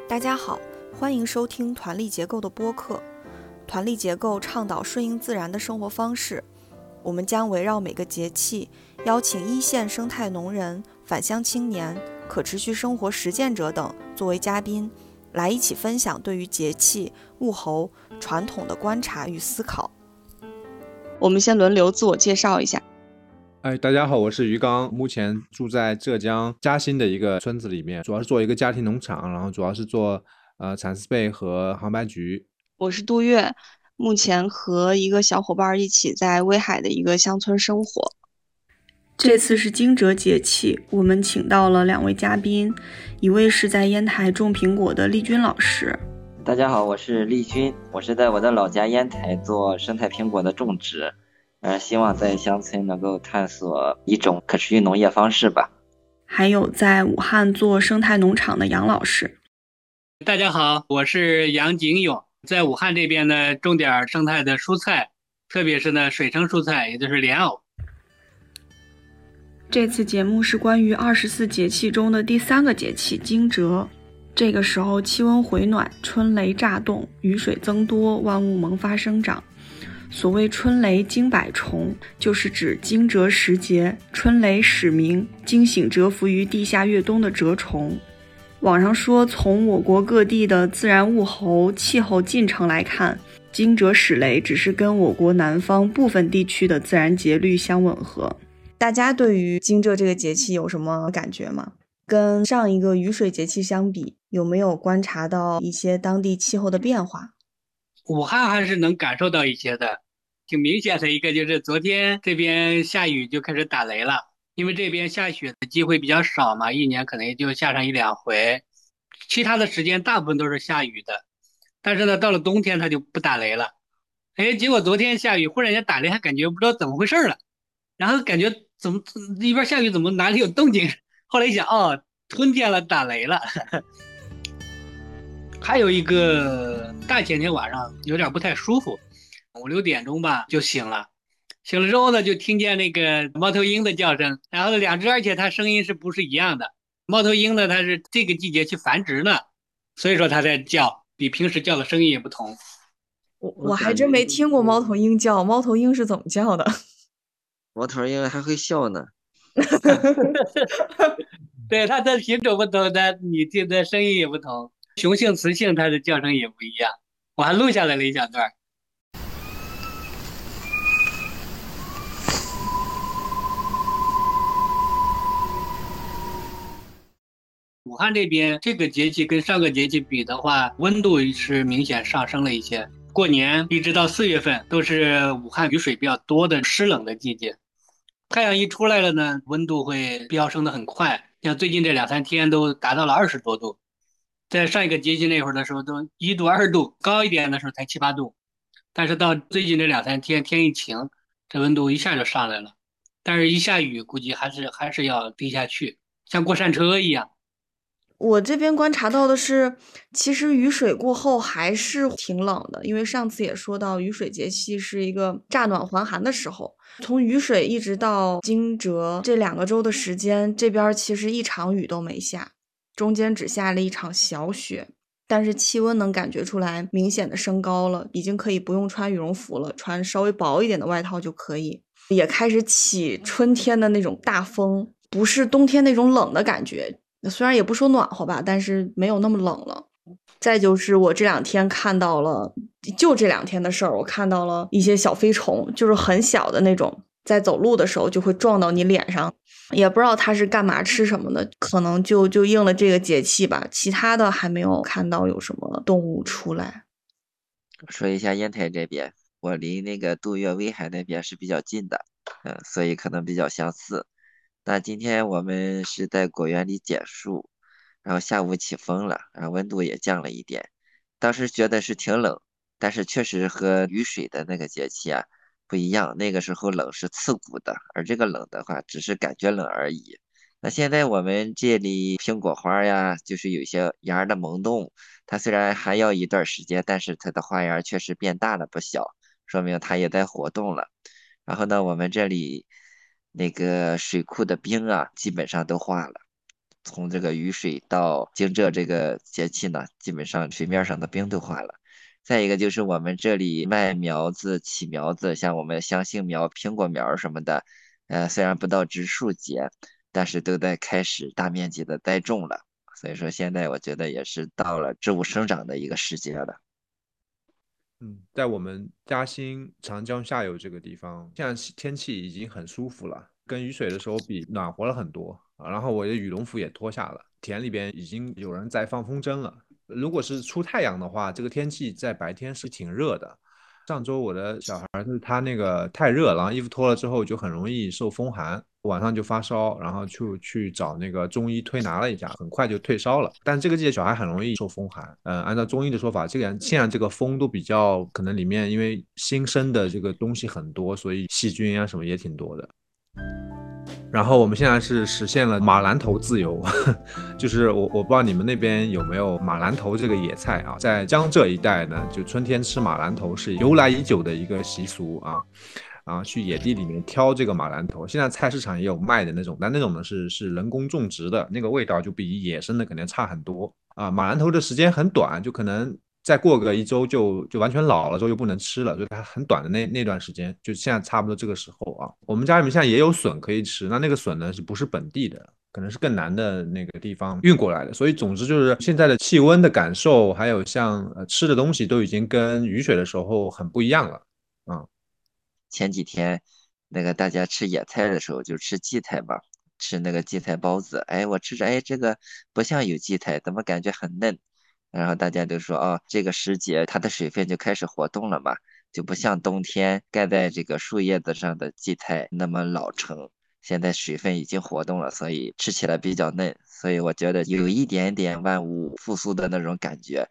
大家好，欢迎收听团力结构的播客。团力结构倡导顺应自然的生活方式，我们将围绕每个节气，邀请一线生态农人、返乡青年、可持续生活实践者等作为嘉宾，来一起分享对于节气、物候、传统的观察与思考。 我们先轮流自我介绍一下。 大家好，我是于刚，目前住在浙江嘉兴的一个村子里面，主要是做一个家庭农场，然后主要是做蚕丝被和杭白菊。 我是杜月，目前和一个小伙伴一起在威海的一个乡村生活。这次是惊蛰节气，我们请到了2位嘉宾，一位是在烟台种苹果的丽君老师。 大家好，我是丽君，我是在我的老家烟台做生态苹果的种植。希望在乡村能够探索一种可持续农业方式吧。 还有在武汉做生态农场的杨老师。 大家好，我是杨景勇，在武汉这边呢种点生态的蔬菜，特别是呢水生蔬菜，也就是莲藕。 这次节目是关于24节气中的第3个节气惊蛰。这个时候气温回暖，春雷乍动，雨水增多，万物萌发生长。所谓春雷惊百虫，就是指惊蛰时节，春雷始鸣，惊醒蛰伏于地下越冬的蛰虫。网上说，从我国各地的自然物候、气候进程来看，惊蛰始雷只是跟我国南方部分地区的自然节律相吻合。 大家对于惊蛰这个节气有什么感觉吗？跟上一个雨水节气相比，有没有观察到一些当地气候的变化？ 武汉还是能感受到一些的，挺明显的一个就是昨天这边下雨就开始打雷了，因为这边下雪的机会比较少嘛，一年可能也就下上1-2回，其他的时间大部分都是下雨的。但是呢，到了冬天它就不打雷了。结果昨天下雨，忽然间打雷，还感觉不知道怎么回事了，然后感觉怎么一边下雨怎么哪里有动静，后来一想，哦，春天了，打雷了。还有一个大前天晚上有点不太舒服，5-6点钟吧就醒了，醒了之后呢就听见那个猫头鹰的叫声，然后2只，而且它声音是不是一样的？猫头鹰呢它是这个季节去繁殖呢，所以说它在叫，比平时叫的声音也不同。 我还真没听过猫头鹰叫，猫头鹰是怎么叫的？ 猫头鹰还会笑呢。 对，它的品种不同，你听的声音也不同，雄性雌性它的叫声也不一样，我还录下来了一小段。武汉这边这个节气跟上个节气比的话，温度是明显上升了一些。过年一直到4月份都是武汉雨水比较多的湿冷的季节，太阳一出来了呢，温度会飙升的很快，像最近这2-3天都达到了20多度。在上一个节气那会儿的时候都1度2度，高一点的时候才7-8度，但是到最近这2-3天天一晴，这温度一下就上来了，但是一下雨估计还是要低下去，像过山车一样。 我这边观察到的是，其实雨水过后还是挺冷的，因为上次也说到雨水节气是一个乍暖还寒的时候，从雨水一直到惊蛰这2个周的时间，这边其实一场雨都没下，中间只下了一场小雪，但是气温能感觉出来明显的升高了，已经可以不用穿羽绒服了，穿稍微薄一点的外套就可以，也开始起春天的那种大风，不是冬天那种冷的感觉，虽然也不说暖和吧，但是没有那么冷了。再就是我这2天看到了，就这2天的事儿，我看到了一些小飞虫，就是很小的那种，在走路的时候就会撞到你脸上，也不知道它是干嘛吃什么的，可能就应了这个节气吧，其他的还没有看到有什么动物出来。 说一下烟台这边，我离那个杜月威海那边是比较近的，所以可能比较相似。那今天我们是在果园里捡树，然后下午起风了，然后温度也降了一点。当时觉得是挺冷，但是确实和雨水的那个节气啊不一样，那个时候冷是刺骨的，而这个冷的话只是感觉冷而已。那现在我们这里苹果花呀，就是有些芽儿的萌动，它虽然还要一段时间，但是它的花芽确实变大了不小，说明它也在活动了。然后呢，我们这里那个水库的冰啊，基本上都化了， 从这个雨水到惊蛰这个节气呢，基本上水面上的冰都化了。再一个就是我们这里卖苗子、起苗子，像我们香杏苗、苹果苗什么的，虽然不到植树节，但是都在开始大面积的栽种了。所以说现在我觉得也是到了植物生长的一个时节了。 在我们嘉兴长江下游这个地方，现在天气已经很舒服了，跟雨水的时候比暖和了很多啊。然后我的羽绒服也脱下了，田里边已经有人在放风筝了。如果是出太阳的话，这个天气在白天是挺热的。上周我的小孩就是他那个太热，然后衣服脱了之后就很容易受风寒，晚上就发烧，然后去找那个中医推拿了一下，很快就退烧了。但这个季节小孩很容易受风寒，按照中医的说法，现在这个风都比较可能里面因为新生的这个东西很多，所以细菌啊什么也挺多的。然后我们现在是实现了马兰头自由，就是我不知道你们那边有没有马兰头这个野菜啊，在江浙一带呢，就春天吃马兰头是由来已久的一个习俗啊，去野地里面挑这个马兰头，现在菜市场也有卖的那种，但那种呢是人工种植的，那个味道就比野生的肯定差很多啊。马兰头的时间很短，就可能再过个1周就完全老了之后就不能吃了，就它很短的那段时间，就现在差不多这个时候啊。我们家里面现在也有笋可以吃，那个笋呢是不是本地的？可能是更南的那个地方运过来的，所以总之就是现在的气温的感受，还有像吃的东西都已经跟雨水的时候很不一样了啊。 前几天那个大家吃野菜的时候，就吃荠菜吧，吃那个荠菜包子。哎，我吃着，哎，这个不像有荠菜，怎么感觉很嫩？然后大家都说，哦，这个时节它的水分就开始活动了嘛，就不像冬天盖在这个树叶子上的荠菜那么老成。现在水分已经活动了，所以吃起来比较嫩，所以我觉得有一点点万物复苏的那种感觉。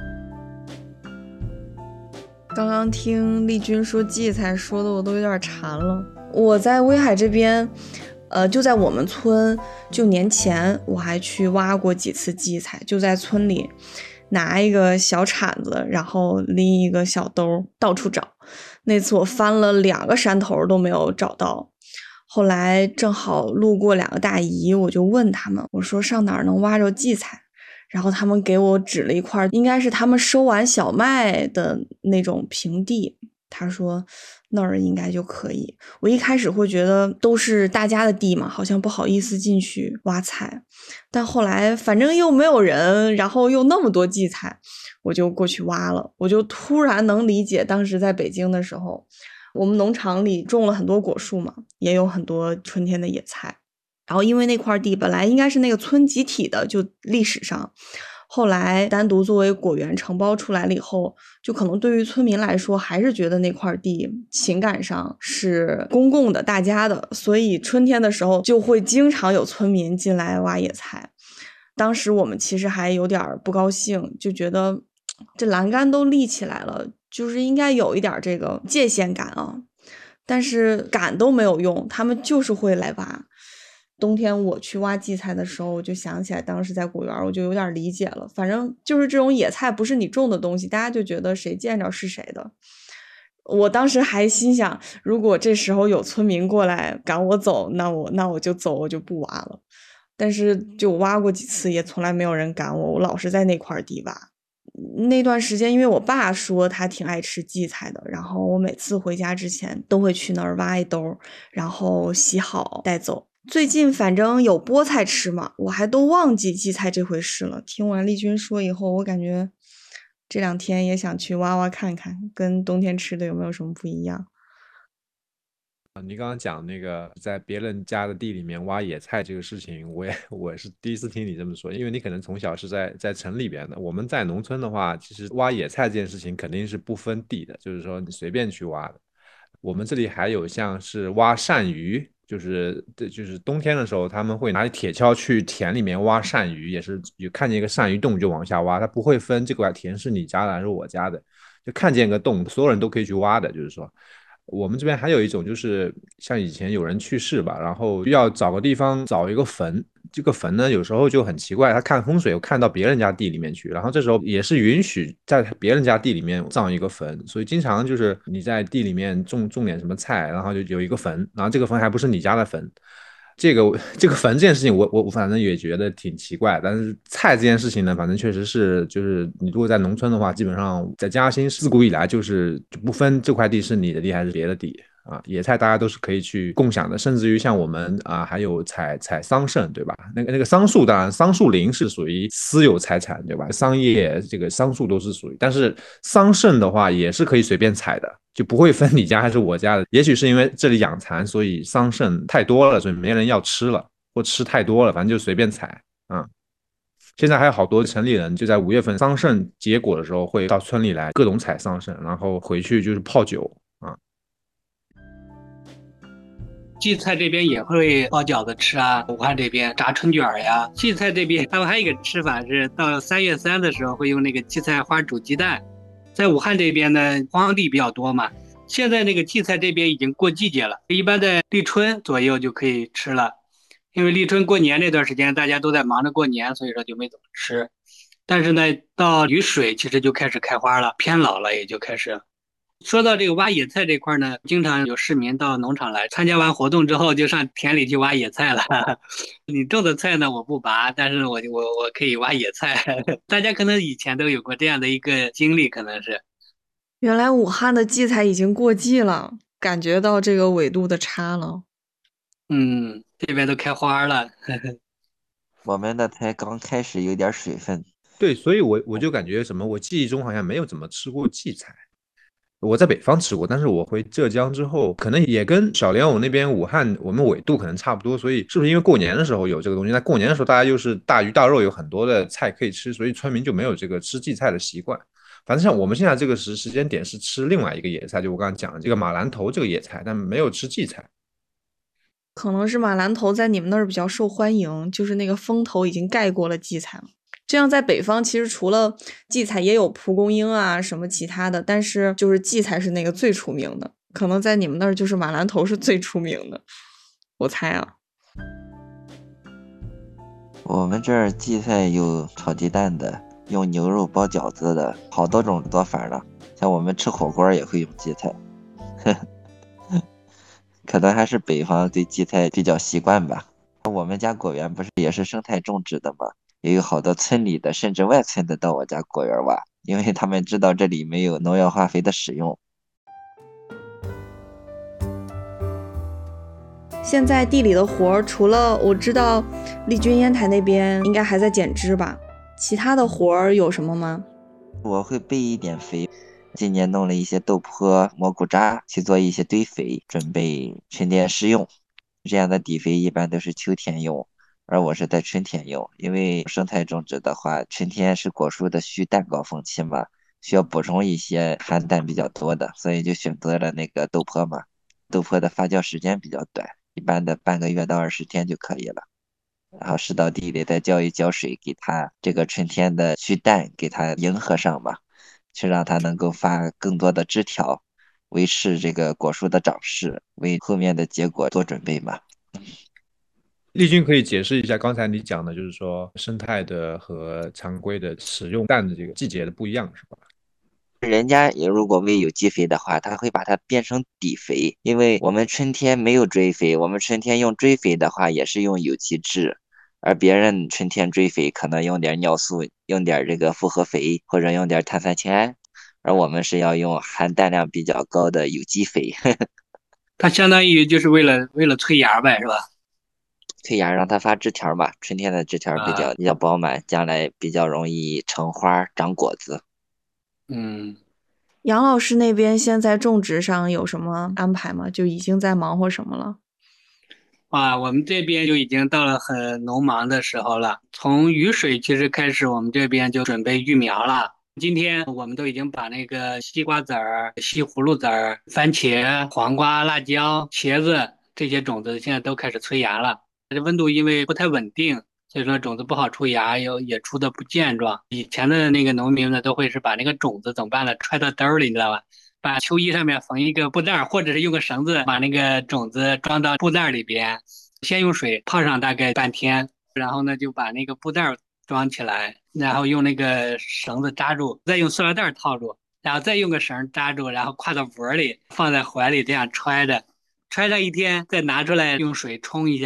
刚刚听丽君说荠菜，说的我都有点馋了。我在威海这边，就在我们村，就年前我还去挖过几次荠菜，就在村里拿一个小铲子，然后拎一个小兜到处找。那次我翻了2个山头都没有找到，后来正好路过2个大姨，我就问他们，我说上哪儿能挖着荠菜？然后他们给我指了一块，应该是他们收完小麦的那种平地，他说那儿应该就可以。我一开始会觉得都是大家的地嘛，好像不好意思进去挖菜，但后来反正又没有人，然后又那么多荠菜，我就过去挖了。我就突然能理解当时在北京的时候，我们农场里种了很多果树嘛，也有很多春天的野菜。然后因为那块地本来应该是那个村集体的，就历史上，后来单独作为果园承包出来了以后，就可能对于村民来说还是觉得那块地情感上是公共的大家的，所以春天的时候就会经常有村民进来挖野菜。当时我们其实还有点不高兴，就觉得这栏杆都立起来了，就是应该有一点这个界限感啊，但是赶都没有用，他们就是会来挖。冬天我去挖荠菜的时候，我就想起来当时在果园，我就有点理解了。反正就是这种野菜不是你种的东西，大家就觉得谁见着是谁的。我当时还心想，如果这时候有村民过来赶我走，那我就走，我就不挖了。但是就挖过几次，也从来没有人赶我，我老是在那块地挖。那段时间，因为我爸说他挺爱吃荠菜的，然后我每次回家之前都会去那儿挖一兜，然后洗好带走。最近反正有菠菜吃嘛，我还都忘记荠菜这回事了。听完丽君说以后，我感觉这2天也想去挖挖看看，跟冬天吃的有没有什么不一样。 你刚刚讲那个在别人家的地里面挖野菜这个事情，我是第一次听你这么说，因为你可能从小是在城里边的。我们在农村的话，其实挖野菜这件事情肯定是不分地的，就是说你随便去挖的。我们这里还有像是挖鳝鱼，就是冬天的时候，他们会拿铁锹去田里面挖鳝鱼，也是有看见一个鳝鱼洞就往下挖，它不会分这块田是你家的还是我家的，就看见个洞，所有人都可以去挖的。就是说，我们这边还有一种就是像以前有人去世吧，然后要找个地方找一个坟，这个坟呢有时候就很奇怪，他看风水看到别人家地里面去，然后这时候也是允许在别人家地里面葬一个坟，所以经常就是你在地里面种点什么菜，然后就有一个坟，然后这个坟还不是你家的坟， 这个坟这件事情我反正也觉得挺奇怪，但是菜这件事情呢，反正确实是就是你如果在农村的话，基本上在嘉兴自古以来就不分这块地是你的地还是别的地。野菜大家都是可以去共享的，甚至于像我们还有采桑葚，对吧？那个桑树，当然桑树林是属于私有财产，对吧？桑叶这个桑树都是属于，但是桑葚的话也是可以随便采的，就不会分你家还是我家的。也许是因为这里养蚕，所以桑葚太多了，所以没人要吃了，或吃太多了，反正就随便采啊。现在还有好多城里人就在5月份桑葚结果的时候，会到村里来各种采桑葚，然后回去就是泡酒啊。 荠菜这边也会包饺子吃啊，武汉这边炸春卷呀。荠菜这边他们还有一个吃法是，到3月3的时候会用那个荠菜花煮鸡蛋。在武汉这边呢，荒地比较多嘛，现在那个荠菜这边已经过季节了，一般在立春左右就可以吃了。因为立春过年那段时间大家都在忙着过年，所以说就没怎么吃。但是呢，到雨水其实就开始开花了，偏老了也就开始。说到这个挖野菜这块呢，经常有市民到农场来参加完活动之后，就上田里去挖野菜了。你种的菜呢，我不拔，但是我可以挖野菜。大家可能以前都有过这样的一个经历，可能是。 原来武汉的荠菜已经过季了，感觉到这个纬度的差了。 这边都开花了。 我们的才刚开始有点水分。 对，所以我就感觉什么，我记忆中好像没有怎么吃过荠菜。我在北方吃过，但是我回浙江之后，可能也跟小莲藕那边武汉我们纬度可能差不多，所以是不是因为过年的时候有这个东西？在过年的时候，大家又是大鱼大肉，有很多的菜可以吃，所以村民就没有这个吃荠菜的习惯。反正像我们现在这个时间点是吃另外一个野菜，就我刚刚讲的这个马兰头这个野菜，但没有吃荠菜。 可能是马兰头在你们那儿比较受欢迎，就是那个风头已经盖过了荠菜了。这样在北方其实除了荠菜也有蒲公英啊什么其他的，但是就是荠菜是那个最出名的，可能在你们那儿就是马兰头是最出名的，我猜啊。 我们这儿荠菜有炒鸡蛋的，用牛肉包饺子的，好多种做法了。像我们吃火锅也会用荠菜。可能还是北方对荠菜比较习惯吧。我们家果园不是也是生态种植的吗？也有好多村里的甚至外村的到我家果园挖，因为他们知道这里没有农药化肥的使用。 现在地里的活儿，除了我知道丽君烟台那边应该还在剪枝吧，其他的活儿有什么吗？ 我会备一点肥，今年弄了一些豆粕、蘑菇渣去做一些堆肥，准备春天施用。这样的底肥一般都是秋天用，而我是在春天用，因为生态种植的话，春天是果树的蓄氮高峰期嘛，需要补充一些含氮比较多的，所以就选择了那个豆粕嘛。豆粕的发酵时间比较短，一般的半个月到20天就可以了。然后施到地里再浇一浇水，给它这个春天的蓄氮给它迎合上嘛，去让它能够发更多的枝条，维持这个果树的长势，为后面的结果做准备嘛。 丽君可以解释一下刚才你讲的，就是说生态的和常规的使用氮的这个季节的不一样，是吧？ 人家也如果喂有机肥的话，他会把它变成底肥，因为我们春天没有追肥，我们春天用追肥的话也是用有机质，而别人春天追肥可能用点尿素，用点这个复合肥或者用点碳酸氢铵，而我们是要用含氮量比较高的有机肥。 它相当于就是为了催芽呗，是吧？ 催芽让它发枝条嘛，春天的枝条比较饱满，将来比较容易成花长果子。 杨老师那边现在种植上有什么安排吗？就已经在忙活什么了？ 我们这边就已经到了很农忙的时候了。从雨水其实开始，我们这边就准备育苗了。今天我们都已经把那个西瓜籽儿、西葫芦籽儿、番茄、黄瓜、辣椒、茄子这些种子现在都开始催芽了。这温度因为不太稳定，所以说种子不好出芽，也出的不健壮。以前的那个农民呢，都会是把那个种子怎么办呢？揣到兜里，你知道吧？把秋衣上面缝一个布袋，或者是用个绳子把那个种子装到布袋里边，先用水泡上大概半天，然后呢就把那个布袋装起来，然后用那个绳子扎住，再用塑料袋套住，然后再用个绳扎住，然后挎到脖里，放在怀里这样揣着，揣上一天，再拿出来用水冲一下，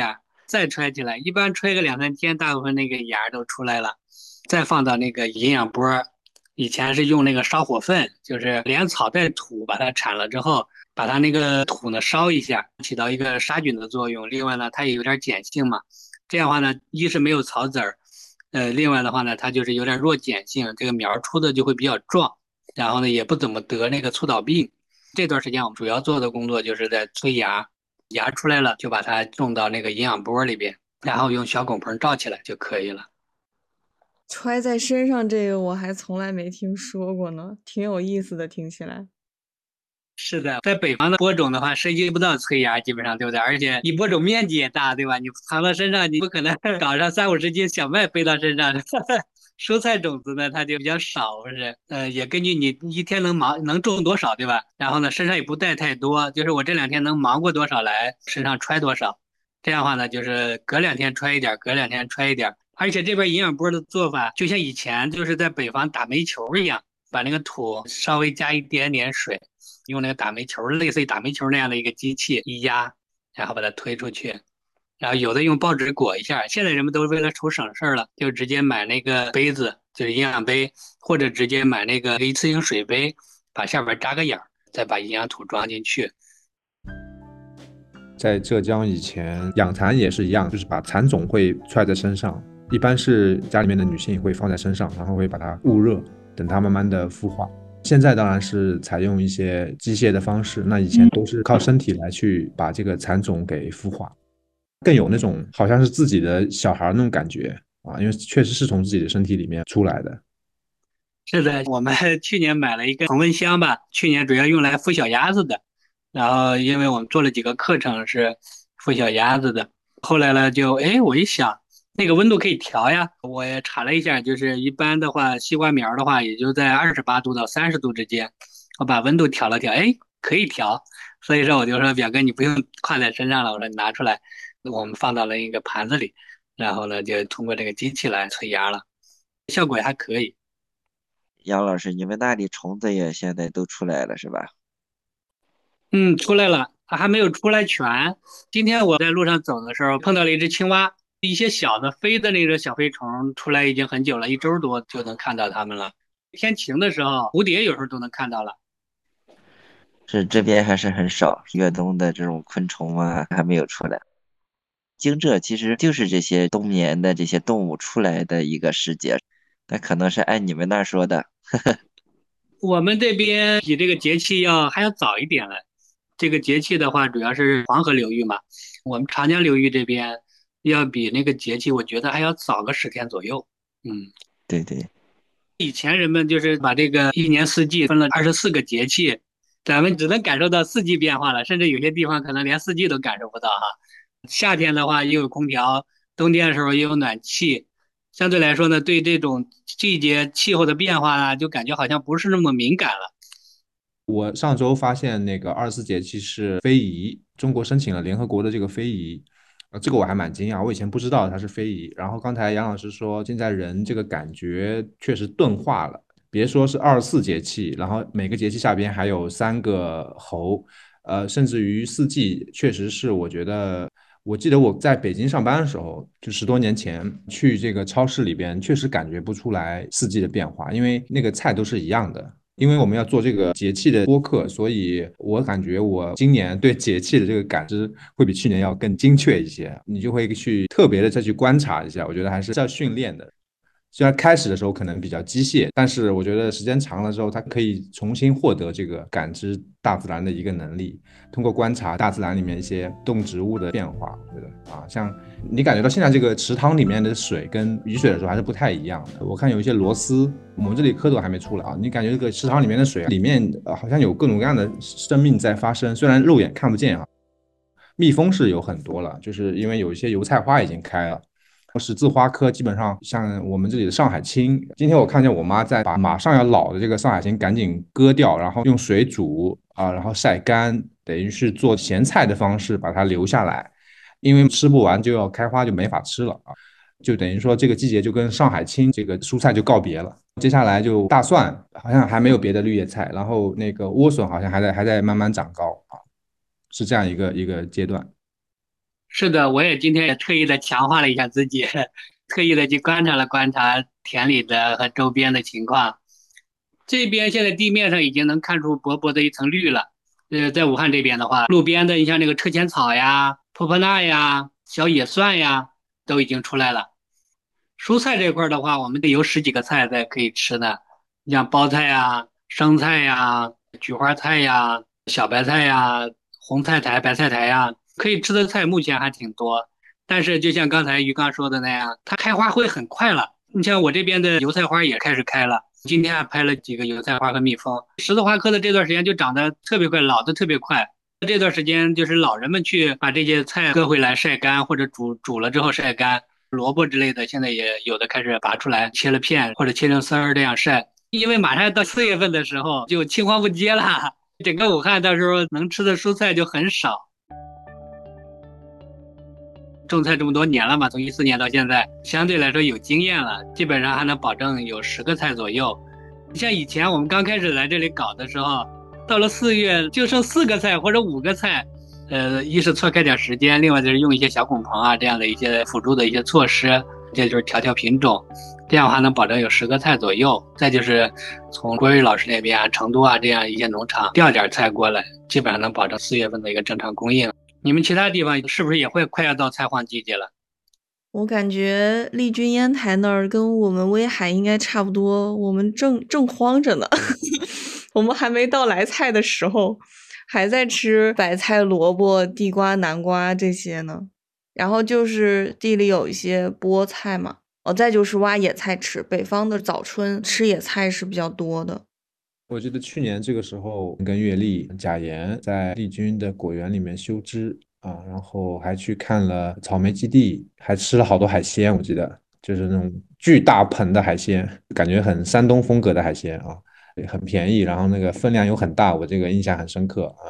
再揣起来，一般揣个2、3天，大部分那个芽都出来了，再放到那个营养钵。以前是用那个烧火粪，就是连草带土把它铲了之后，把它那个土呢烧一下，起到一个杀菌的作用。另外呢，它也有点碱性嘛，这样的话呢，一是没有草籽儿，另外的话呢，它就是有点弱碱性，这个苗出的就会比较壮，然后呢也不怎么得那个粗倒病。这段时间我们主要做的工作就是在催芽，芽出来了就把它种到那个营养钵里边，然后用小拱棚罩起来就可以了。 揣在身上这个我还从来没听说过呢，挺有意思的，听起来。 是的，在北方的播种的话，涉及不到催芽，基本上对不对？而且你播种面积也大，对吧？你藏到身上，你不可能搞上30-50斤小麦背到身上。蔬菜种子呢，它就比较少，不是？也根据你一天能种多少，对吧？然后呢，身上也不带太多，就是我这2天能忙过多少来，身上揣多少。这样的话呢，就是隔2天揣一点，隔2天揣一点。而且这边营养钵的做法，就像以前就是在北方打煤球一样，把那个土稍微加一点点水。用那个打煤球，类似于打煤球那样的一个机器一压，然后把它推出去，然后有的用报纸裹一下。现在人们都是为了图省事儿了，就直接买那个杯子，就是营养杯，或者直接买那个一次性水杯，把下边扎个眼儿，再把营养土装进去。 在浙江以前养蚕也是一样，就是把蚕种会揣在身上，一般是家里面的女性会放在身上，然后会把它捂热，等它慢慢的孵化。现在当然是采用一些机械的方式，那以前都是靠身体来去把这个蚕种给孵化，更有那种好像是自己的小孩那种感觉啊，因为确实是从自己的身体里面出来的。 是的，我们去年买了一个恒温箱吧，去年主要用来孵小鸭子的，然后因为我们做了几个课程是孵小鸭子的，后来呢我一想。那个温度可以调呀，我也查了一下，就是一般的话，西瓜苗的话也就在28度到30度之间。我把温度调了调，可以调。所以说我就说表哥你不用挎在身上了，我说你拿出来，我们放到了一个盘子里，然后呢就通过这个机器来催芽了，效果还可以。 杨老师，你们那里虫子也现在都出来了是吧？ 嗯，出来了，它还没有出来全。今天我在路上走的时候碰到了一只青蛙。一些小的飞的那个小飞虫出来已经很久了，1周多就能看到它们了。天晴的时候，蝴蝶有时候都能看到了。 是这边还是很少，越冬的这种昆虫啊还没有出来。惊蛰其实就是这些冬眠的这些动物出来的一个时节，那可能是按你们那儿说的。 我们这边比这个节气还要早一点了。这个节气的话，主要是黄河流域嘛，我们长江流域这边要比那个节气，我觉得还要早个10天左右。嗯， 对对。 以前人们就是把这个一年四季分了24个节气，咱们只能感受到四季变化了，甚至有些地方可能连四季都感受不到哈。夏天的话也有空调，冬天的时候也有暖气，相对来说呢，对这种季节气候的变化啊，就感觉好像不是那么敏感了。 我上周发现那个24节气是非遗，中国申请了联合国的这个非遗，这个我还蛮惊讶，我以前不知道它是非遗。然后刚才杨老师说，现在人这个感觉确实钝化了，别说是24节气，然后每个节气下边还有3个候，甚至于四季，确实是我觉得。我记得我在北京上班的时候，就10多年前去这个超市里边，确实感觉不出来四季的变化，因为那个菜都是一样的。因为我们要做这个节气的播客，所以我感觉我今年对节气的这个感知会比去年要更精确一些。你就会去特别的再去观察一下，我觉得还是要训练的。虽然开始的时候可能比较机械，但是我觉得时间长了之后，它可以重新获得这个感知大自然的一个能力。通过观察大自然里面一些动植物的变化，我觉得像你感觉到现在这个池塘里面的水跟雨水的时候还是不太一样的。我看有一些螺丝，我们这里蝌蚪还没出来啊，你感觉这个池塘里面的水里面好像有各种各样的生命在发生，虽然肉眼看不见啊。蜜蜂是有很多了，就是因为有一些油菜花已经开了。十字花科基本上像我们这里的上海青，今天我看见我妈在把马上要老的这个上海青赶紧割掉，然后用水煮然后晒干，等于是做咸菜的方式把它留下来，因为吃不完就要开花就没法吃了就等于说这个季节就跟上海青这个蔬菜就告别了。接下来就大蒜好像还没有别的绿叶菜，然后那个莴笋好像还在慢慢长高是这样一个阶段。 是的，我也今天也特意的强化了一下自己，特意的去观察了观察田里的和周边的情况。这边现在地面上已经能看出薄薄的一层绿了。在武汉这边的话，路边的你像这个车前草呀、婆婆纳呀、小野蒜呀，都已经出来了。蔬菜这块儿的话，我们得有十几个菜在可以吃的，你像包菜呀、生菜呀、菊花菜呀、小白菜呀、红菜苔、白菜苔呀，可以吃的菜目前还挺多。但是就像刚才鱼缸说的那样，它开花会很快了。你像我这边的油菜花也开始开了，今天还拍了几个油菜花和蜜蜂。十字花科的这段时间就长得特别快，老得特别快。这段时间就是老人们去把这些菜割回来晒干，或者煮了之后晒干。萝卜之类的，现在也有的开始拔出来，切了片或者切成丝儿这样晒。因为马上到4月份的时候就青黄不接了，整个武汉到时候能吃的蔬菜就很少。种菜这么多年了嘛，从14年到现在，相对来说有经验了，基本上还能保证有10个菜左右。像以前我们刚开始来这里搞的时候，到了4月就剩4个菜或者5个菜，一是错开点时间，另外就是用一些小拱棚啊这样的一些辅助的一些措施，这就是调品种，这样的话能保证有10个菜左右。再就是从郭瑞老师那边啊、成都啊这样一些农场调点菜过来，基本上能保证4月份的一个正常供应。你们其他地方是不是也会快要到菜荒季节了？ 我感觉丽君烟台那儿跟我们威海应该差不多，我们正荒着呢，我们还没到来菜的时候，还在吃白菜、萝卜、地瓜、南瓜这些呢。然后就是地里有一些菠菜嘛，再就是挖野菜吃。北方的早春吃野菜是比较多的。 我记得去年这个时候跟月丽、贾岩在丽君的果园里面修枝啊，然后还去看了草莓基地，还吃了好多海鲜。我记得就是那种巨大盆的海鲜，感觉很山东风格的海鲜啊，也很便宜，然后那个分量又很大，我这个印象很深刻啊。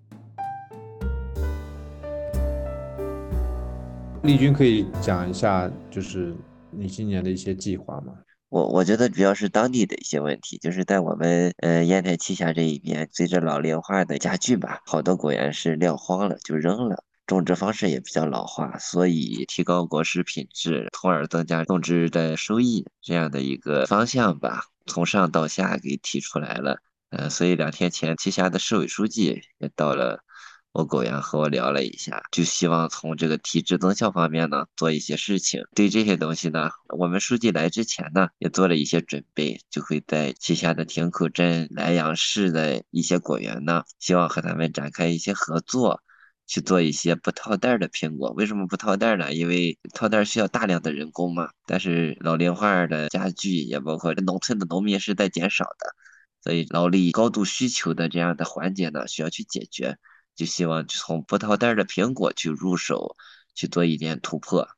丽君可以讲一下，就是你今年的一些计划吗？ 我觉得主要是当地的一些问题，就是在我们烟台栖霞这一边，随着老龄化的加剧吧，好多果园是撂荒了就扔了，种植方式也比较老化，所以提高果实品质，从而增加种植的收益这样的一个方向吧，从上到下给提出来了。所以2天前栖霞的市委书记也到了我果园和我聊了一下，就希望从这个体质增效方面呢做一些事情。对这些东西呢，我们书记来之前呢也做了一些准备，就会在旗下的亭口镇、莱阳市的一些果园呢，希望和他们展开一些合作。去做一些不套袋的苹果，为什么不套袋呢？因为套袋需要大量的人工嘛，但是老龄化的加剧，也包括农村的农民是在减少的，所以劳力高度需求的这样的环节呢，需要去解决。就希望从不套袋的苹果去入手，去做一点突破。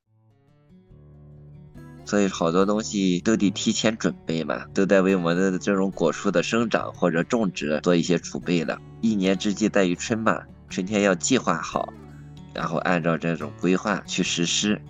所以好多东西都得提前准备嘛，都在为我们的这种果树的生长或者种植做一些储备了。一年之计在于春嘛，春天要计划好，然后按照这种规划去实施。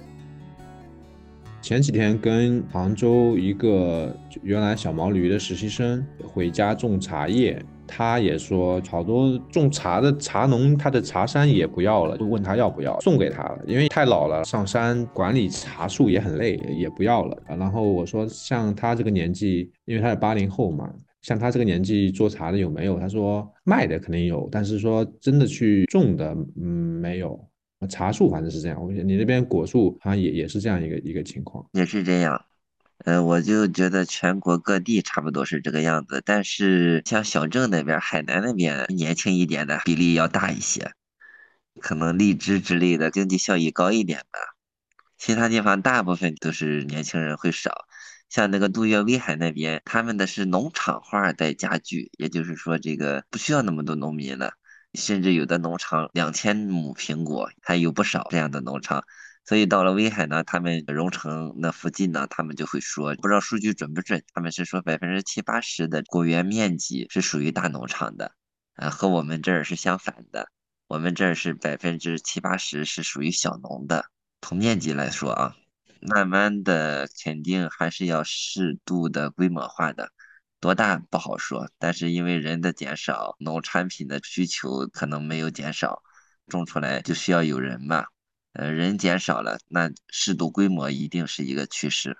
前几天跟杭州一个原来小毛驴的实习生回家种茶叶，他也说好多种茶的茶农他的茶山也不要了，就问他要不要送给他了，因为太老了，上山管理茶树也很累，也不要了。然后我说像他这个年纪，因为他是80后嘛，像他这个年纪做茶的有没有？他说卖的肯定有，但是说真的去种的，没有。茶树反正是这样，我你那边果树好像也是这样一个情况。 也是这样。我就觉得全国各地差不多是这个样子，但是像小镇那边、海南那边年轻一点的比例要大一些，可能荔枝之类的经济效益高一点吧。其他地方大部分都是年轻人会少，像那个杜岳威海那边，他们的是农场化在加剧，也就是说这个不需要那么多农民了，甚至有的农场2000亩苹果，还有不少这样的农场。所以到了威海呢，他们荣成那附近呢，他们就会说，不知道数据准不准，他们是说70%-80%的果园面积是属于大农场的，和我们这儿是相反的，我们这儿是70%-80%是属于小农的。从面积来说啊，慢慢的肯定还是要适度的规模化的，多大不好说，但是因为人的减少，农产品的需求可能没有减少，种出来就需要有人嘛， 人减少了，那适度规模一定是一个趋势。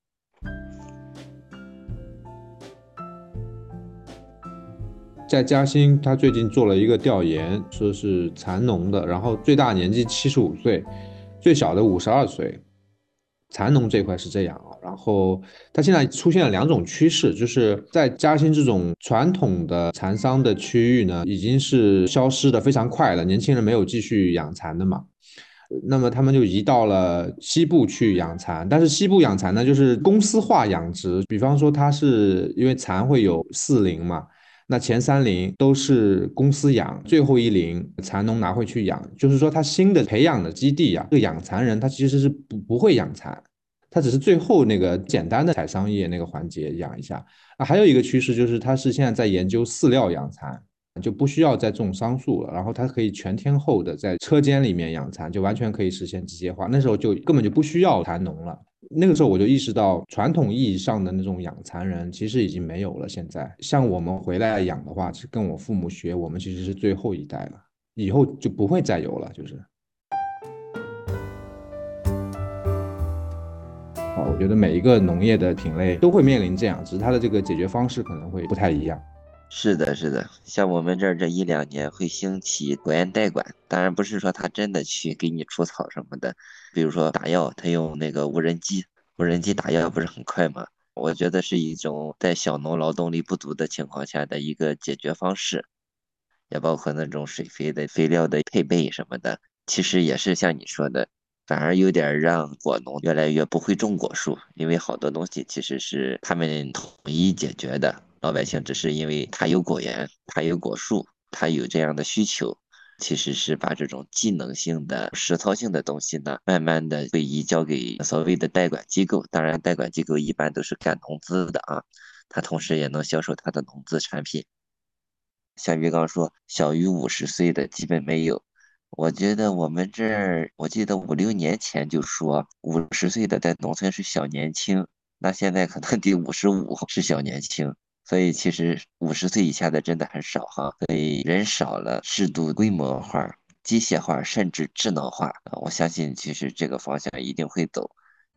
在嘉兴，他最近做了一个调研，说是蚕农的，然后最大年纪75岁，最小的52岁。蚕农这块是这样啊，然后它现在出现了2种趋势，就是在嘉兴这种传统的蚕桑的区域呢，已经是消失的非常快了，年轻人没有继续养蚕的嘛。那么他们就移到了西部去养蚕，但是西部养蚕呢，就是公司化养殖，比方说它是因为蚕会有4龄嘛，那前3龄都是公司养，最后1龄蚕农拿回去养，就是说他新的培养的基地啊，这个养蚕人他其实是不会养蚕，他只是最后那个简单的采桑业那个环节养一下啊。还有一个趋势就是他是现在在研究饲料养蚕，就不需要再种桑树了，然后它可以全天候的在车间里面养蚕，就完全可以实现机械化。那时候就根本就不需要蚕农了。那个时候我就意识到，传统意义上的那种养蚕人其实已经没有了。现在像我们回来养的话，是跟我父母学，我们其实是最后一代了，以后就不会再有了。就是我觉得每一个农业的品类都会面临这样，只是它的这个解决方式可能会不太一样。 是的，是的，像我们这儿这1-2年会兴起果园代管，当然不是说他真的去给你除草什么的，比如说打药，他用那个无人机，无人机打药不是很快吗？我觉得是一种在小农劳动力不足的情况下的一个解决方式，也包括那种水肥的肥料的配备什么的，其实也是像你说的，反而有点让果农越来越不会种果树，因为好多东西其实是他们统一解决的。老百姓只是因为他有果园，他有果树，他有这样的需求，其实是把这种技能性的、实操性的东西呢，慢慢的会移交给所谓的代管机构。当然，代管机构一般都是干农资的啊，他同时也能销售他的农资产品。像于刚说，小于50岁的基本没有。我觉得我们这儿，我记得5-6年前就说50岁的在农村是小年轻，那现在可能得55是小年轻。所以其实50岁以下的真的很少哈，所以人少了，适度规模化、机械化甚至智能化，我相信其实这个方向一定会走。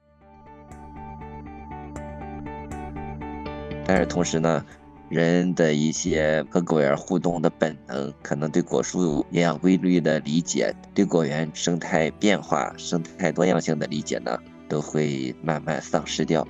但是同时呢，人的一些和果园互动的本能，可能对果树营养规律的理解，对果园生态变化、生态多样性的理解呢，都会慢慢丧失掉。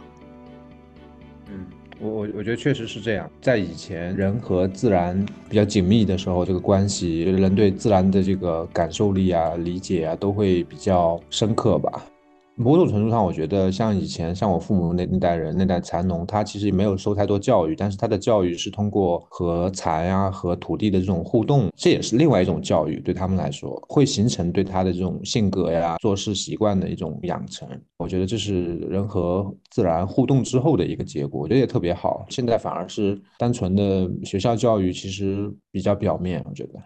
我觉得确实是这样，在以前人和自然比较紧密的时候，这个关系，人对自然的这个感受力啊、理解啊，都会比较深刻吧。某种程度上，我觉得像以前，像我父母那代人，那代蚕农，他其实没有受太多教育，但是他的教育是通过和蚕呀、和土地的这种互动，这也是另外一种教育，对他们来说，会形成对他的这种性格呀、做事习惯的一种养成。我觉得这是人和自然互动之后的一个结果，我觉得也特别好。现在反而是单纯的学校教育，其实比较表面，我觉得。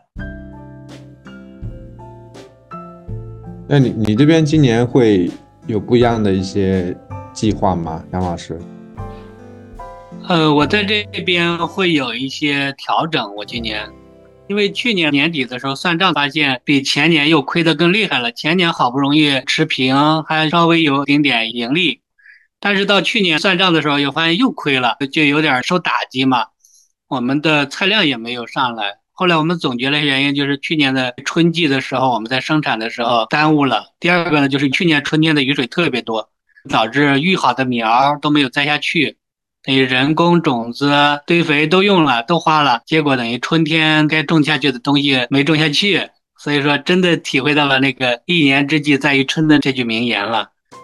那你这边今年会有不一样的一些计划吗，杨老师？ 我在这边会有一些调整。我今年，因为去年年底的时候算账，发现比前年又亏得更厉害了。前年好不容易持平，还稍微有一点点盈利，但是到去年算账的时候又发现又亏了，就有点受打击嘛。我们的菜量也没有上来。后来我们总结了原因，就是去年的春季的时候，我们在生产的时候耽误了。第二个呢，就是去年春天的雨水特别多，导致育好的苗都没有栽下去，等于人工种子、堆肥都用了，都花了，结果等于春天该种下去的东西没种下去。所以说，真的体会到了那个一年之计在于春的这句名言了。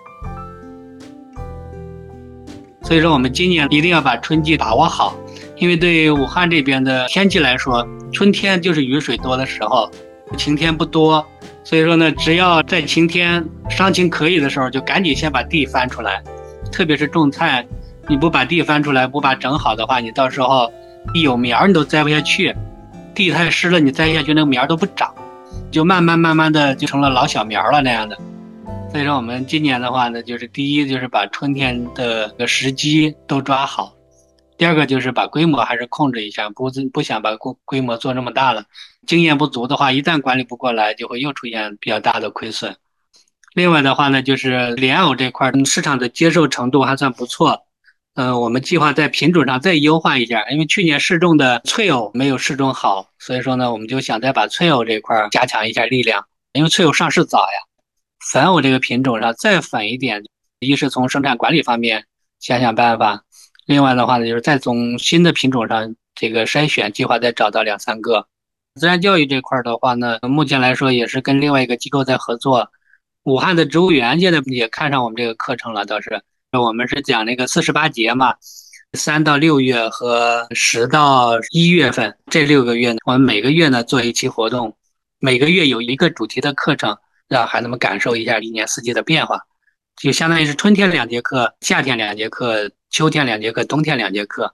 所以说，我们今年一定要把春季把握好。因为对武汉这边的天气来说，春天就是雨水多的时候，晴天不多，所以说呢，只要在晴天伤晴可以的时候，就赶紧先把地翻出来。特别是种菜，你不把地翻出来，不把整好的话，你到时候一有苗你都栽不下去，地太湿了，你栽下去那个苗都不长，就慢慢的就成了老小苗了那样的。所以说我们今年的话呢，就是第一就是把春天的时机都抓好。第二个就是把规模还是控制一下，不想把规模做那么大了。经验不足的话，一旦管理不过来，就会又出现比较大的亏损。 另外的话呢，就是莲藕这块市场的接受程度还算不错。我们计划在品种上再优化一下，因为去年试种的脆藕没有试种好，所以说呢，我们就想再把脆藕这块加强一下力量，因为脆藕上市早呀。粉藕这个品种上再粉一点，一是从生产管理方面想想办法，另外的话呢，就是再从新的品种上这个筛选，计划再找到两三个。自然教育这块的话呢，目前来说也是跟另外一个机构在合作。武汉的植物园现在也看上我们这个课程了，倒是我们是讲那个48节嘛，3到6月和10到1月份这6个月呢，我们每个月呢做一期活动，每个月有一个主题的课程，让孩子们感受一下一年四季的变化，就相当于是春天2节课，夏天2节课，秋天2节课，冬天2节课。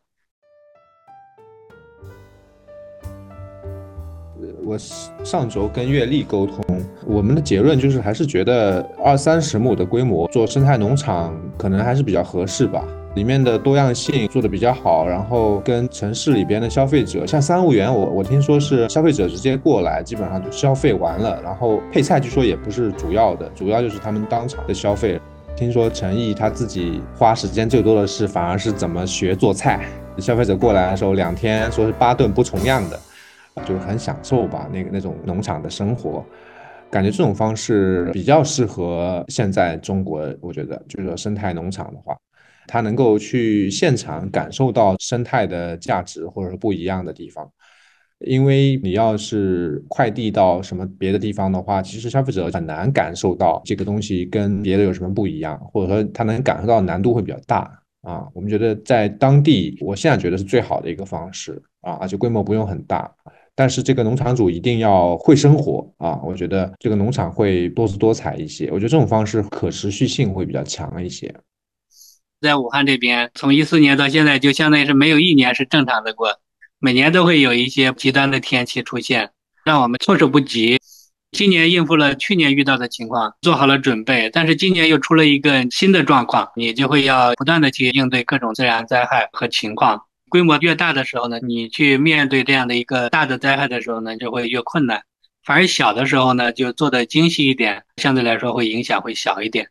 我上周跟月丽沟通，我们的结论就是还是觉得20-30亩的规模做生态农场可能还是比较合适吧。里面的多样性做得比较好，然后跟城市里边的消费者，像三物园，我听说是消费者直接过来，基本上就消费完了，然后配菜据说也不是主要的，主要就是他们当场的消费。听说陈毅他自己花时间最多的是反而是怎么学做菜，消费者过来的时候2天说是8顿不重样的，就很享受吧那种农场的生活。感觉这种方式比较适合现在中国，我觉得就是说生态农场的话，它能够去现场感受到生态的价值或者是不一样的地方。因为你要是快递到什么别的地方的话，其实消费者很难感受到这个东西跟别的有什么不一样，或者说他能感受到难度会比较大啊。我们觉得在当地，我现在觉得是最好的一个方式啊，而且规模不用很大。但是这个农场主一定要会生活啊，我觉得这个农场会多姿多彩一些。我觉得这种方式可持续性会比较强一些。 在武汉这边，从14年到现在，就相当于是没有一年是正常的过，每年都会有一些极端的天气出现，让我们措手不及。今年应付了去年遇到的情况，做好了准备，但是今年又出了一个新的状况，你就会要不断的去应对各种自然灾害和情况。规模越大的时候呢，你去面对这样的一个大的灾害的时候呢，就会越困难。反而小的时候呢，就做的精细一点，相对来说会影响会小一点。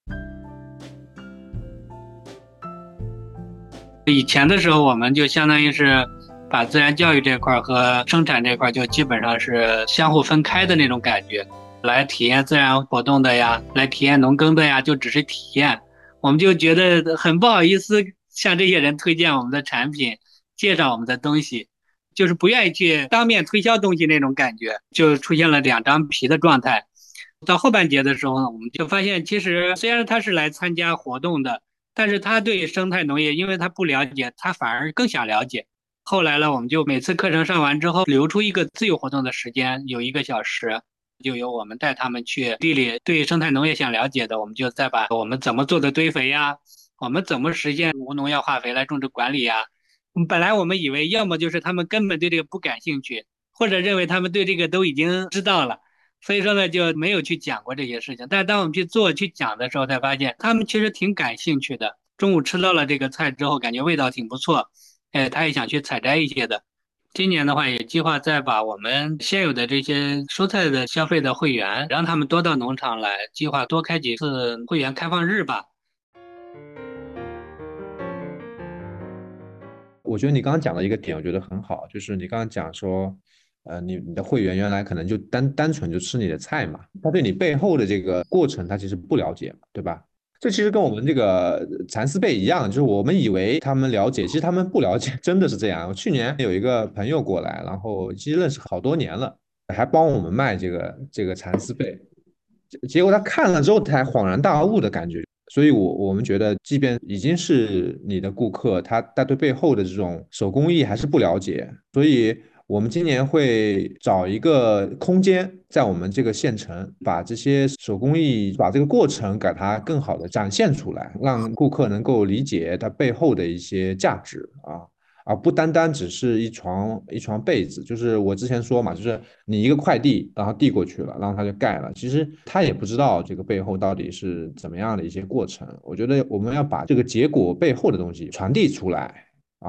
以前的时候，我们就相当于是把自然教育这块和生产这块就基本上是相互分开的那种感觉，来体验自然活动的呀，来体验农耕的呀，就只是体验，我们就觉得很不好意思向这些人推荐我们的产品，介绍我们的东西，就是不愿意去当面推销东西那种感觉，就出现了两张皮的状态。到后半节的时候呢，我们就发现，其实虽然他是来参加活动的，但是他对生态农业，因为他不了解，他反而更想了解。后来呢，我们就每次课程上完之后，留出一个自由活动的时间，有1个小时，就由我们带他们去地里对生态农业想了解的，我们就再把我们怎么做的堆肥呀，我们怎么实现无农药化肥来种植管理呀。本来我们以为要么就是他们根本对这个不感兴趣，或者认为他们对这个都已经知道了。所以说呢，就没有去讲过这些事情。但是当我们去做、去讲的时候，才发现他们其实挺感兴趣的。中午吃到了这个菜之后，感觉味道挺不错，他也想去采摘一些的。今年的话，也计划再把我们现有的这些蔬菜的消费的会员，让他们多到农场来，计划多开几次会员开放日吧。 我觉得你刚刚讲的一个点，我觉得很好，就是你刚刚讲说，你的会员原来可能就单纯就吃你的菜嘛，他对你背后的这个过程他其实不了解嘛，对吧？这其实跟我们这个蚕丝被一样，就是我们以为他们了解，其实他们不了解，真的是这样。我去年有一个朋友过来，然后其实认识好多年了，还帮我们卖这个蚕丝被，结果他看了之后才恍然大悟的感觉。所以我们觉得，即便已经是你的顾客，他对背后的这种手工艺还是不了解，所以我们今年会找一个空间，在我们这个县城，把这些手工艺，把这个过程给它更好的展现出来，让顾客能够理解它背后的一些价值啊。而不单单只是一床被子，就是我之前说嘛，就是你一个快递，然后递过去了，然后他就盖了，其实他也不知道这个背后到底是怎么样的一些过程。我觉得我们要把这个结果背后的东西传递出来啊，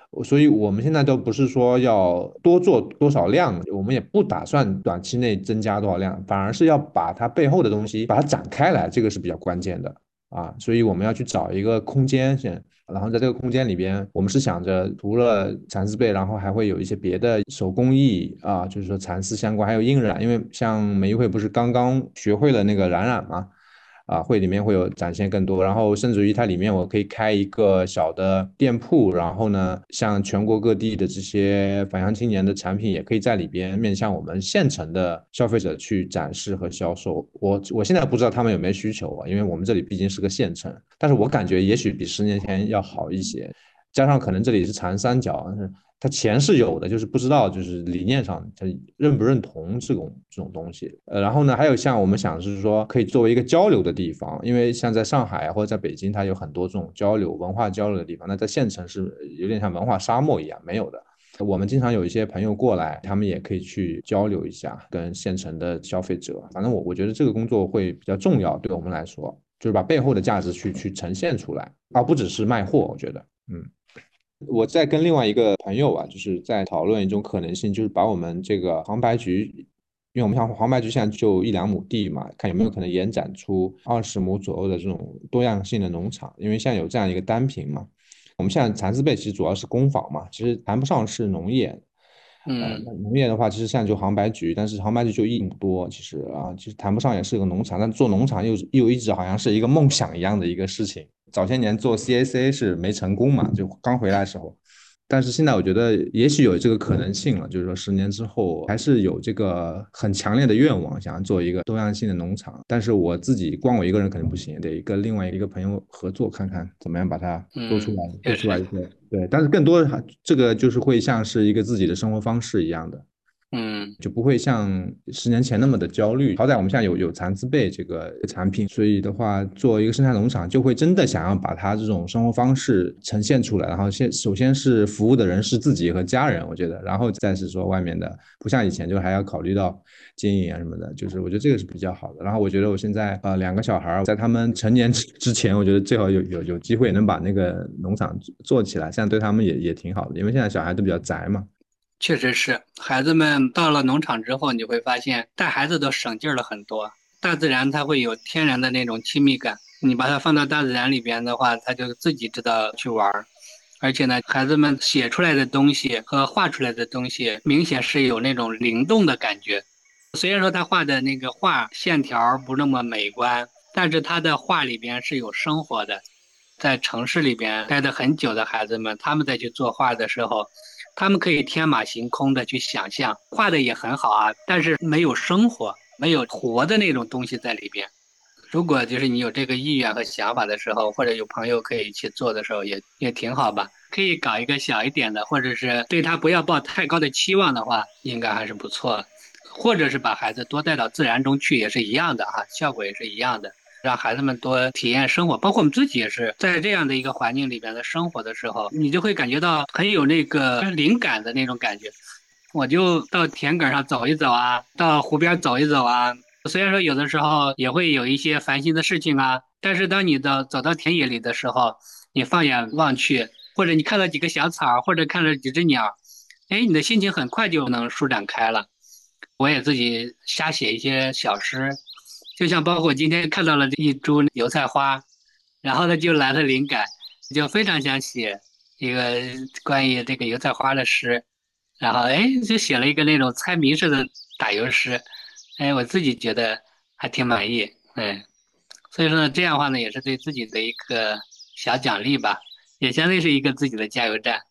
所以我们现在都不是说要多做多少量，我们也不打算短期内增加多少量，反而是要把它背后的东西把它展开来，这个是比较关键的啊。所以我们要去找一个空间先，然后在这个空间里边，我们是想着除了蚕丝被，然后还会有一些别的手工艺啊，就是说蚕丝相关，还有印染，因为像美育会不是刚刚学会了那个染嘛。会里面会有展现更多，然后甚至于它里面我可以开一个小的店铺，然后呢，像全国各地的这些返乡青年的产品也可以在里边面向我们县城的消费者去展示和销售。我现在不知道他们有没有需求啊，因为我们这里毕竟是个县城，但是我感觉也许比10年前要好一些，加上可能这里是长三角，它钱是有的，就是不知道就是理念上他认不认同这种东西。然后呢，还有像我们想是说可以作为一个交流的地方，因为像在上海或者在北京，它有很多这种交流文化交流的地方，那在县城是有点像文化沙漠一样没有的。我们经常有一些朋友过来，他们也可以去交流一下，跟县城的消费者。反正我觉得这个工作会比较重要，对我们来说，就是把背后的价值去呈现出来，而不只是卖货。我觉得，我在跟另外一个朋友就是在讨论一种可能性，就是把我们这个黄白菊，因为我们像黄白菊现在就1-2亩地嘛，看有没有可能延展出20亩左右的这种多样性的农场，因为现在有这样一个单坪嘛。我们现在蚕丝被其实主要是工坊嘛，其实谈不上是农业。农业的话，其实现在就黄白菊，但是黄白菊就1亩多，其实谈不上也是个农场，但做农场又一直好像是一个梦想一样的一个事情。早些年做 CACA 是没成功嘛，就刚回来的时候，但是现在我觉得也许有这个可能性了，就是说10年之后还是有这个很强烈的愿望，想要做一个多样性的农场。但是我自己光我一个人可能不行，得跟另外一个朋友合作，看看怎么样把它做出来，做出来一个对。但是更多的这个就是会像是一个自己的生活方式一样的。就不会像10年前那么的焦虑。好歹我们现在有蚕丝被这个产品，所以的话，做一个生态农场，就会真的想要把它这种生活方式呈现出来。然后首先是服务的人是自己和家人，我觉得，然后再是说外面的，不像以前就还要考虑到经营什么的，就是我觉得这个是比较好的。然后我觉得我现在2个小孩，在他们成年之前，我觉得最好有机会能把那个农场做起来，这样对他们也挺好的，因为现在小孩都比较宅嘛。 确实是，孩子们到了农场之后，你会发现带孩子都省劲儿了很多。大自然它会有天然的那种亲密感，你把它放到大自然里边的话，他就自己知道去玩儿。而且呢，孩子们写出来的东西和画出来的东西，明显是有那种灵动的感觉。虽然说他画的那个画线条不那么美观，但是他的画里边是有生活的。在城市里边待得很久的孩子们，他们再去作画的时候，他们可以天马行空的去想象，画的也很好啊，但是没有生活，没有活的那种东西在里边。如果就是你有这个意愿和想法的时候，或者有朋友可以一起做的时候，也挺好吧。可以搞一个小一点的，或者是对他不要抱太高的期望的话，应该还是不错。或者是把孩子多带到自然中去，也是一样的哈，效果也是一样的。让孩子们多体验生活，包括我们自己也是在这样的一个环境里边的生活的时候，你就会感觉到很有那个灵感的那种感觉。我就到田埂上走一走啊，到湖边走一走啊。虽然说有的时候也会有一些烦心的事情啊，但是当你走到田野里的时候，你放眼望去，或者你看到几个小草，或者看到几只鸟，哎，你的心情很快就能舒展开了。我也自己瞎写一些小诗，就像包括今天看到了一株油菜花，然后呢就来了灵感，就非常想写一个关于这个油菜花的诗，然后哎就写了一个那种猜谜式的打油诗，哎我自己觉得还挺满意，所以说呢这样的话呢也是对自己的一个小奖励吧，也相当于是一个自己的加油站。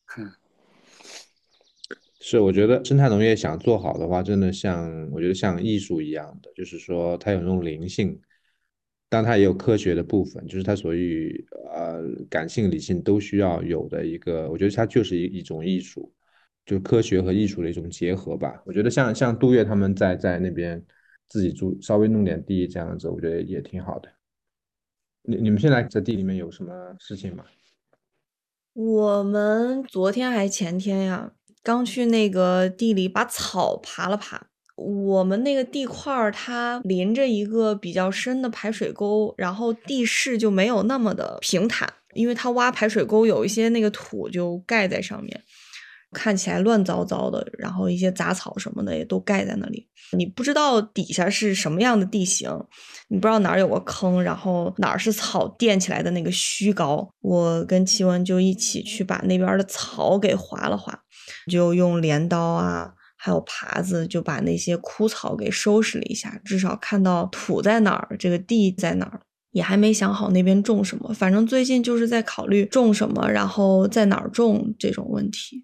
是，我觉得生态农业想做好的话，真的我觉得像艺术一样的，就是说它有那种灵性，但它也有科学的部分，就是它属于感性、理性都需要有的一个，我觉得它就是一种艺术，就是科学和艺术的一种结合吧。我觉得像杜月他们在那边自己住，稍微弄点地这样子，我觉得也挺好的。你们现在在地里面有什么事情吗？ 我们昨天还前天呀，刚去那个地里把草爬了爬。我们那个地块儿它临着一个比较深的排水沟，然后地势就没有那么的平坦， 因为它挖排水沟有一些那个土就盖在上面，看起来乱糟糟的，然后一些杂草什么的也都盖在那里。你不知道底下是什么样的地形，你不知道哪儿有个坑，然后哪儿是草垫起来的那个虚高。我跟齐文就一起去把那边的草给划了划，就用镰刀啊还有耙子就把那些枯草给收拾了一下，至少看到土在哪儿，这个地在哪儿。也还没想好那边种什么，反正最近就是在考虑种什么，然后在哪儿种这种问题。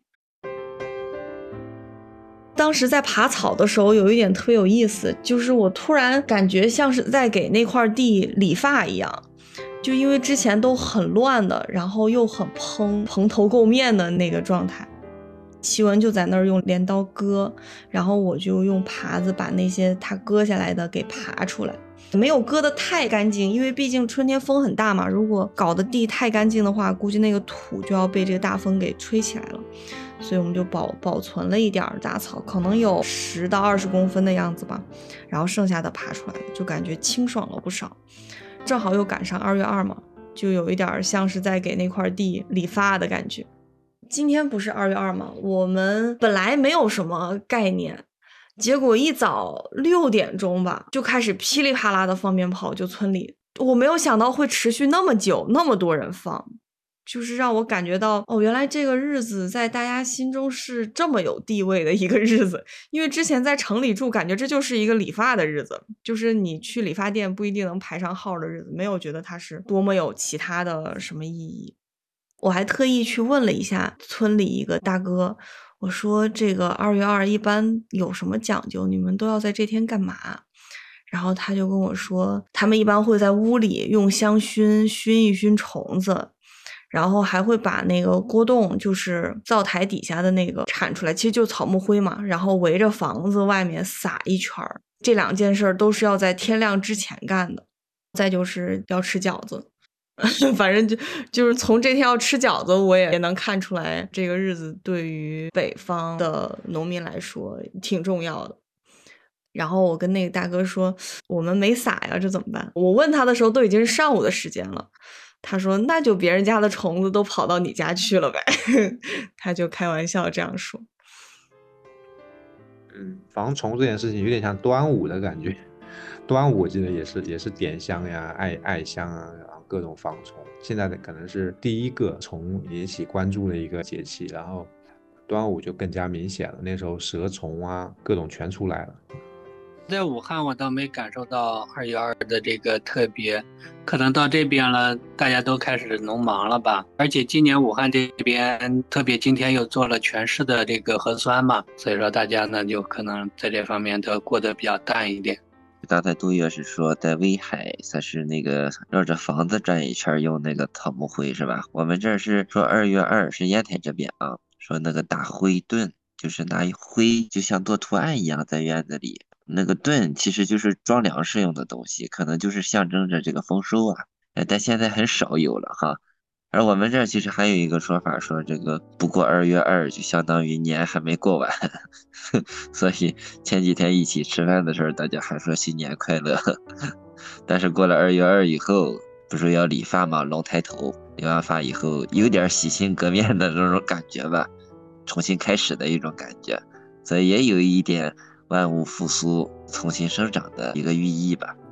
当时在爬草的时候有一点特别有意思，就是我突然感觉像是在给那块地理发一样，就因为之前都很乱的，然后又很蓬头垢面的那个状态。齐文就在那儿用镰刀割，然后我就用耙子把那些他割下来的给爬出来。没有割得太干净，因为毕竟春天风很大嘛，如果搞得地太干净的话，估计那个土就要被这个大风给吹起来了。所以我们就保存了一点杂草，可能有10到20公分的样子吧，然后剩下的爬出来了，就感觉清爽了不少。正好又赶上2月2嘛，就有一点像是在给那块地理发的感觉。今天不是2月2吗？我们本来没有什么概念，结果一早6点钟吧，就开始噼里啪啦的放鞭炮，就村里，我没有想到会持续那么久，那么多人放，就是让我感觉到，哦，原来这个日子在大家心中是这么有地位的一个日子。因为之前在城里住，感觉这就是一个理发的日子，就是你去理发店不一定能排上号的日子，没有觉得它是多么有其他的什么意义。我还特意去问了一下村里一个大哥，我说这个2月2一般有什么讲究？你们都要在这天干嘛？然后他就跟我说，他们一般会在屋里用香薰熏一熏虫子，然后还会把那个锅洞，就是灶台底下的那个铲出来，其实就是草木灰嘛，然后围着房子外面撒一圈。这2件事都是要在天亮之前干的。再就是要吃饺子。反正就是从这天要吃饺子，我也能看出来这个日子对于北方的农民来说挺重要的。然后我跟那个大哥说，我们没撒呀，这怎么办？我问他的时候都已经是上午的时间了，他说那就别人家的虫子都跑到你家去了呗。他就开玩笑这样说。 防虫这件事情有点像端午的感觉。端午我记得也是点香呀、艾香啊，然后各种防虫。现在的可能是第一个虫引起关注的一个节气，然后端午就更加明显了，那时候蛇虫啊各种全出来了。 在武汉我倒没感受到2月2的这个特别，可能到这边了大家都开始农忙了吧。而且今年武汉这边特别今天又做了全市的这个核酸嘛，所以说大家呢就可能在这方面都过得比较淡一点。 刚才杜月是说在威海它是那个绕着房子转一圈用那个草木灰是吧？我们这是说2月2是烟台这边啊，说那个打灰盾，就是拿灰就像做图案一样在院子里，那个盾其实就是装粮食用的东西，可能就是象征着这个丰收啊，但现在很少有了哈。而我们这儿其实还有一个说法，说这个不过2月2就相当于年还没过完，所以前几天一起吃饭的时候，大家还说新年快乐。但是过了2月2以后，不是要理发嘛，龙抬头，理完发以后有点洗心革面的那种感觉吧，重新开始的一种感觉，所以也有一点万物复苏、重新生长的一个寓意吧。